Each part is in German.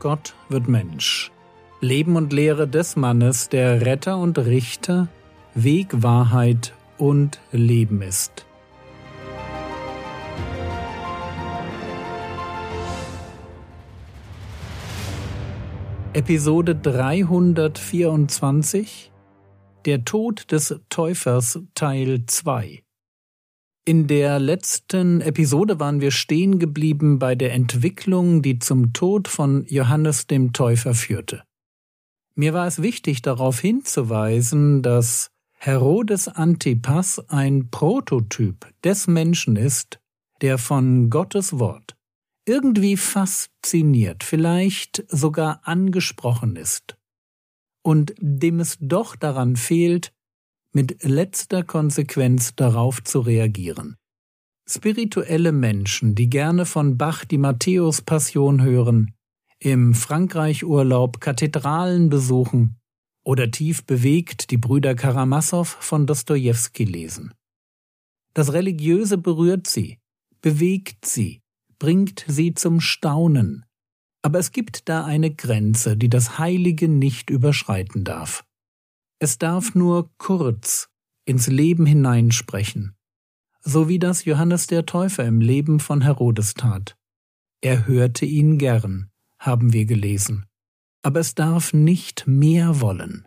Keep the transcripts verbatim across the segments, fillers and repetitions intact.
Gott wird Mensch. Leben und Lehre des Mannes, der Retter und Richter, Weg, Wahrheit und Leben ist. Episode dreihundertvierundzwanzig Der Tod des Täufers Teil zwei. In der letzten Episode waren wir stehen geblieben bei der Entwicklung, die zum Tod von Johannes dem Täufer führte. Mir war es wichtig, darauf hinzuweisen, dass Herodes Antipas ein Prototyp des Menschen ist, der von Gottes Wort irgendwie fasziniert, vielleicht sogar angesprochen ist und dem es doch daran fehlt, mit letzter Konsequenz darauf zu reagieren. Spirituelle Menschen, die gerne von Bach die Matthäus-Passion hören, im Frankreich-Urlaub Kathedralen besuchen oder tief bewegt die Brüder Karamasow von Dostojewski lesen. Das Religiöse berührt sie, bewegt sie, bringt sie zum Staunen. Aber es gibt da eine Grenze, die das Heilige nicht überschreiten darf. Es darf nur kurz ins Leben hineinsprechen, so wie das Johannes der Täufer im Leben von Herodes tat. Er hörte ihn gern, haben wir gelesen, aber es darf nicht mehr wollen.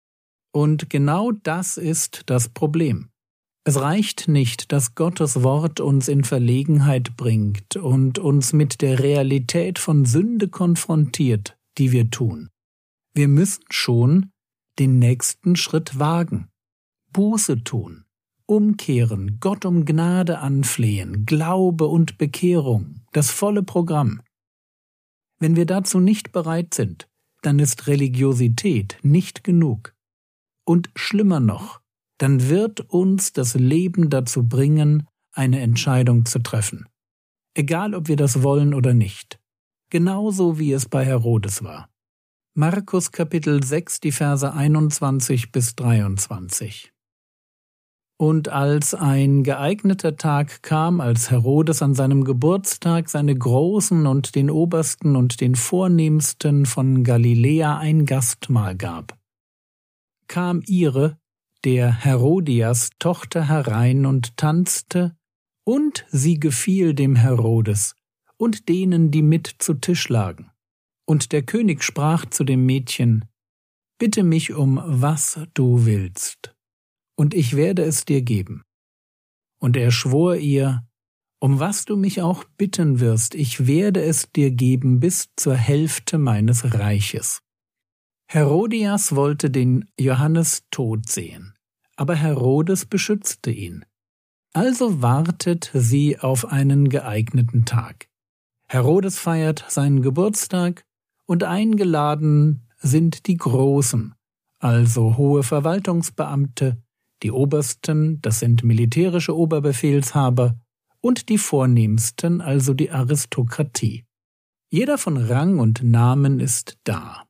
Und genau das ist das Problem. Es reicht nicht, dass Gottes Wort uns in Verlegenheit bringt und uns mit der Realität von Sünde konfrontiert, die wir tun. Wir müssen schon den nächsten Schritt wagen, Buße tun, umkehren, Gott um Gnade anflehen, Glaube und Bekehrung, das volle Programm. Wenn wir dazu nicht bereit sind, dann ist Religiosität nicht genug. Und schlimmer noch, dann wird uns das Leben dazu bringen, eine Entscheidung zu treffen. Egal, ob wir das wollen oder nicht. Genauso wie es bei Herodes war. Markus Kapitel sechs, die Verse einundzwanzig bis dreiundzwanzig. Und als ein geeigneter Tag kam, als Herodes an seinem Geburtstag seine Großen und den Obersten und den Vornehmsten von Galiläa ein Gastmahl gab, kam ihre, der Herodias Tochter, herein und tanzte, und sie gefiel dem Herodes und denen, die mit zu Tisch lagen. Und der König sprach zu dem Mädchen: Bitte mich um was du willst, und ich werde es dir geben. Und er schwor ihr: Um was du mich auch bitten wirst, ich werde es dir geben bis zur Hälfte meines Reiches. Herodias wollte den Johannes tot sehen, aber Herodes beschützte ihn. Also wartet sie auf einen geeigneten Tag. Herodes feiert seinen Geburtstag, und eingeladen sind die Großen, also hohe Verwaltungsbeamte, die Obersten, das sind militärische Oberbefehlshaber, und die Vornehmsten, also die Aristokratie. Jeder von Rang und Namen ist da.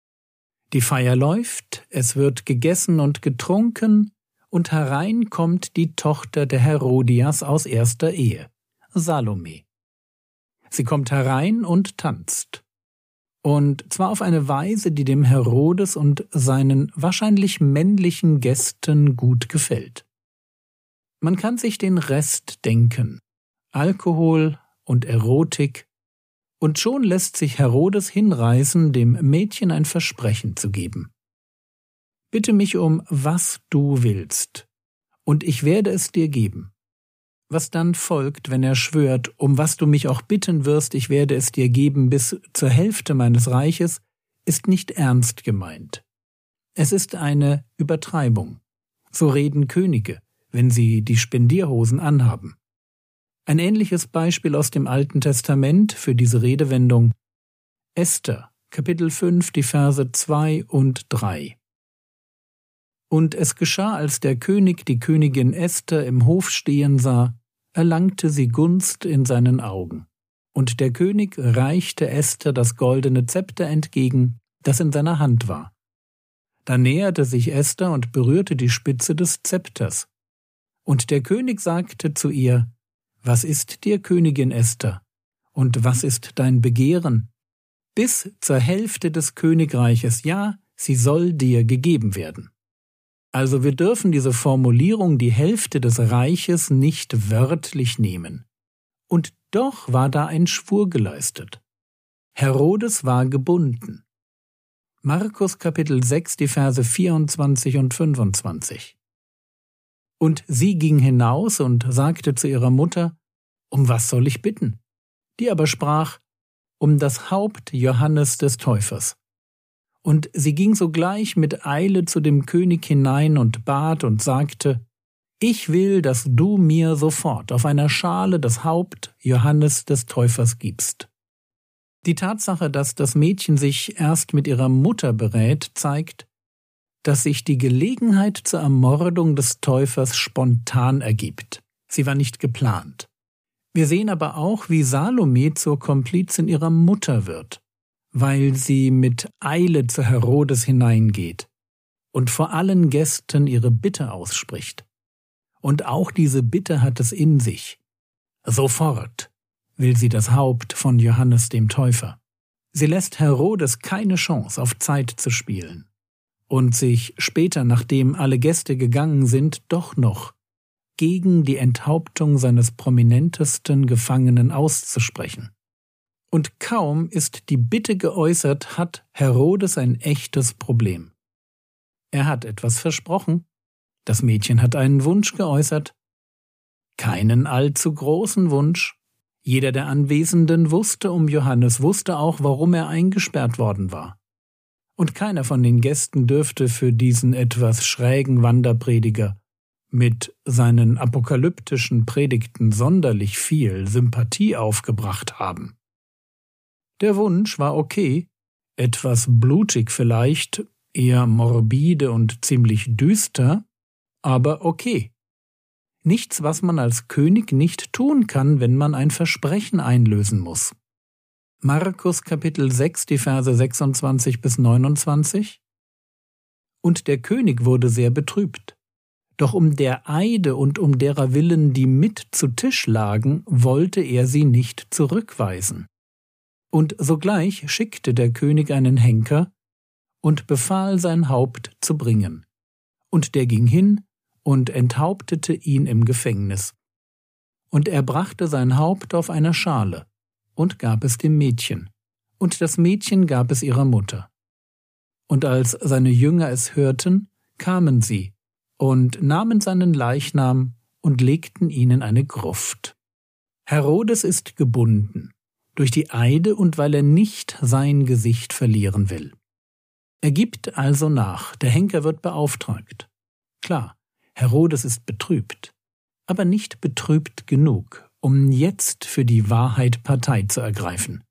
Die Feier läuft, es wird gegessen und getrunken, und herein kommt die Tochter der Herodias aus erster Ehe, Salome. Sie kommt herein und tanzt. Und zwar auf eine Weise, die dem Herodes und seinen wahrscheinlich männlichen Gästen gut gefällt. Man kann sich den Rest denken: Alkohol und Erotik, und schon lässt sich Herodes hinreißen, dem Mädchen ein Versprechen zu geben. Bitte mich um was du willst, und ich werde es dir geben. Was dann folgt, wenn er schwört: Um was du mich auch bitten wirst, ich werde es dir geben bis zur Hälfte meines Reiches, ist nicht ernst gemeint. Es ist eine Übertreibung. So reden Könige, wenn sie die Spendierhosen anhaben. Ein ähnliches Beispiel aus dem Alten Testament für diese Redewendung: Esther, Kapitel fünf, die Verse zwei und drei. Und es geschah, als der König die Königin Esther im Hof stehen sah, erlangte sie Gunst in seinen Augen. Und der König reichte Esther das goldene Zepter entgegen, das in seiner Hand war. Da näherte sich Esther und berührte die Spitze des Zepters. Und der König sagte zu ihr: Was ist dir, Königin Esther, und was ist dein Begehren? bis zur Hälfte des Königreiches, ja, sie soll dir gegeben werden. Also wir dürfen diese Formulierung die Hälfte des Reiches nicht wörtlich nehmen. Und doch war da ein Schwur geleistet. Herodes war gebunden. Markus Kapitel sechs, die Verse vierundzwanzig und fünfundzwanzig. Und sie ging hinaus und sagte zu ihrer Mutter, um was soll ich bitten? Die aber sprach, um das Haupt Johannes des Täufers. Und sie ging sogleich mit Eile zu dem König hinein und bat und sagte, ich will, dass du mir sofort auf einer Schale das Haupt Johannes des Täufers gibst. Die Tatsache, dass das Mädchen sich erst mit ihrer Mutter berät, zeigt, dass sich die Gelegenheit zur Ermordung des Täufers spontan ergibt. Sie war nicht geplant. Wir sehen aber auch, wie Salome zur Komplizin ihrer Mutter wird, weil sie mit Eile zu Herodes hineingeht und vor allen Gästen ihre Bitte ausspricht. Und auch diese Bitte hat es in sich. Sofort will sie das Haupt von Johannes dem Täufer. Sie lässt Herodes keine Chance, auf Zeit zu spielen und sich später, nachdem alle Gäste gegangen sind, doch noch gegen die Enthauptung seines prominentesten Gefangenen auszusprechen. Und kaum ist die Bitte geäußert, hat Herodes ein echtes Problem. Er hat etwas versprochen, das Mädchen hat einen Wunsch geäußert, keinen allzu großen Wunsch. Jeder der Anwesenden wusste um Johannes, wusste auch, warum er eingesperrt worden war. Und keiner von den Gästen dürfte für diesen etwas schrägen Wanderprediger mit seinen apokalyptischen Predigten sonderlich viel Sympathie aufgebracht haben. Der Wunsch war okay, etwas blutig vielleicht, eher morbide und ziemlich düster, aber okay. Nichts, was man als König nicht tun kann, wenn man ein Versprechen einlösen muss. Markus Kapitel sechs, die Verse sechsundzwanzig bis neunundzwanzig. Und der König wurde sehr betrübt. Doch um der Eide und um derer Willen, die mit zu Tisch lagen, wollte er sie nicht zurückweisen. Und sogleich schickte der König einen Henker und befahl, sein Haupt zu bringen. Und der ging hin und enthauptete ihn im Gefängnis. Und er brachte sein Haupt auf einer Schale und gab es dem Mädchen, und das Mädchen gab es ihrer Mutter. Und als seine Jünger es hörten, kamen sie und nahmen seinen Leichnam und legten ihn in eine Gruft. Herodes ist gebunden, durch die Eide und weil er nicht sein Gesicht verlieren will. Er gibt also nach, der Henker wird beauftragt. Klar, Herodes ist betrübt, aber nicht betrübt genug, um jetzt für die Wahrheit Partei zu ergreifen.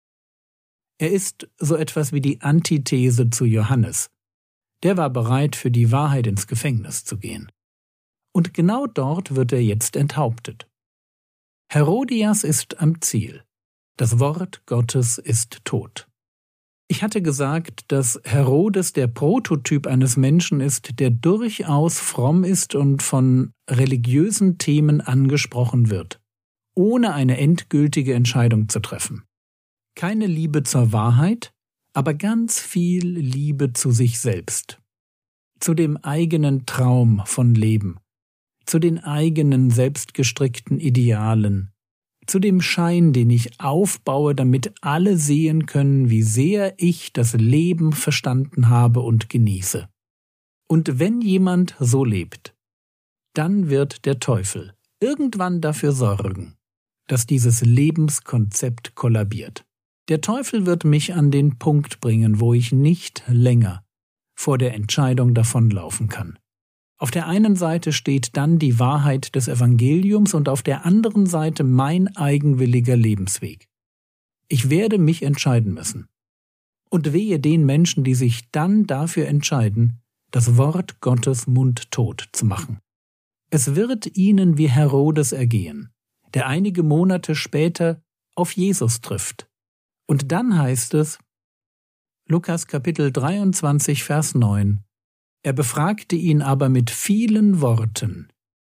Er ist so etwas wie die Antithese zu Johannes. Der war bereit, für die Wahrheit ins Gefängnis zu gehen. Und genau dort wird er jetzt enthauptet. Herodias ist am Ziel. Das Wort Gottes ist tot. Ich hatte gesagt, dass Herodes der Prototyp eines Menschen ist, der durchaus fromm ist und von religiösen Themen angesprochen wird, ohne eine endgültige Entscheidung zu treffen. Keine Liebe zur Wahrheit, aber ganz viel Liebe zu sich selbst, zu dem eigenen Traum von Leben, zu den eigenen selbstgestrickten Idealen, zu dem Schein, den ich aufbaue, damit alle sehen können, wie sehr ich das Leben verstanden habe und genieße. Und wenn jemand so lebt, dann wird der Teufel irgendwann dafür sorgen, dass dieses Lebenskonzept kollabiert. Der Teufel wird mich an den Punkt bringen, wo ich nicht länger vor der Entscheidung davonlaufen kann. Auf der einen Seite steht dann die Wahrheit des Evangeliums und auf der anderen Seite mein eigenwilliger Lebensweg. Ich werde mich entscheiden müssen. Und wehe den Menschen, die sich dann dafür entscheiden, das Wort Gottes mundtot zu machen. Es wird ihnen wie Herodes ergehen, der einige Monate später auf Jesus trifft. Und dann heißt es, Lukas Kapitel dreiundzwanzig, Vers neun, er befragte ihn aber mit vielen Worten.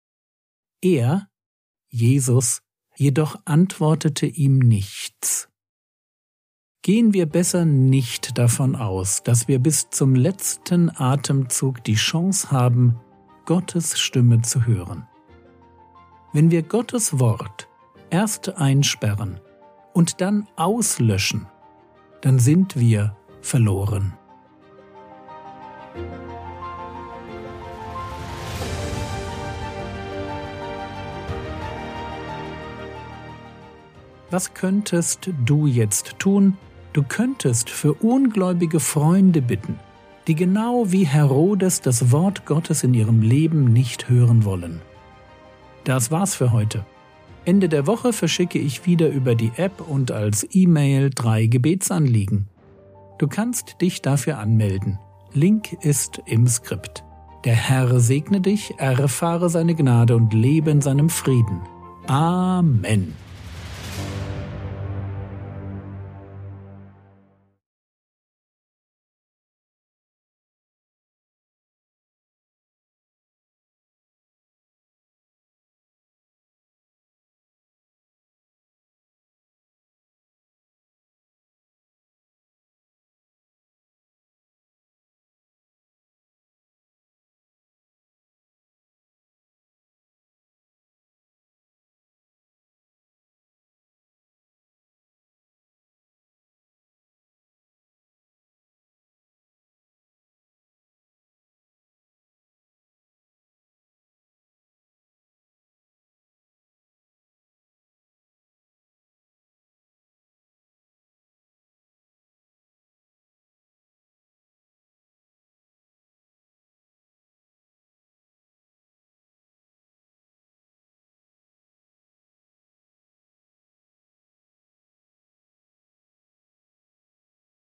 Er, Jesus, jedoch antwortete ihm nichts. gehen wir besser nicht davon aus, dass wir bis zum letzten Atemzug die Chance haben, Gottes Stimme zu hören. Wenn wir Gottes Wort erst einsperren und dann auslöschen, dann sind wir verloren. Was könntest du jetzt tun? Du könntest für ungläubige Freunde bitten, die genau wie Herodes das Wort Gottes in ihrem Leben nicht hören wollen. Das war's für heute. Ende der Woche verschicke ich wieder über die App und als E-Mail drei Gebetsanliegen. Du kannst dich dafür anmelden. Link ist im Skript. Der Herr segne dich, erfahre seine Gnade und lebe in seinem Frieden. Amen.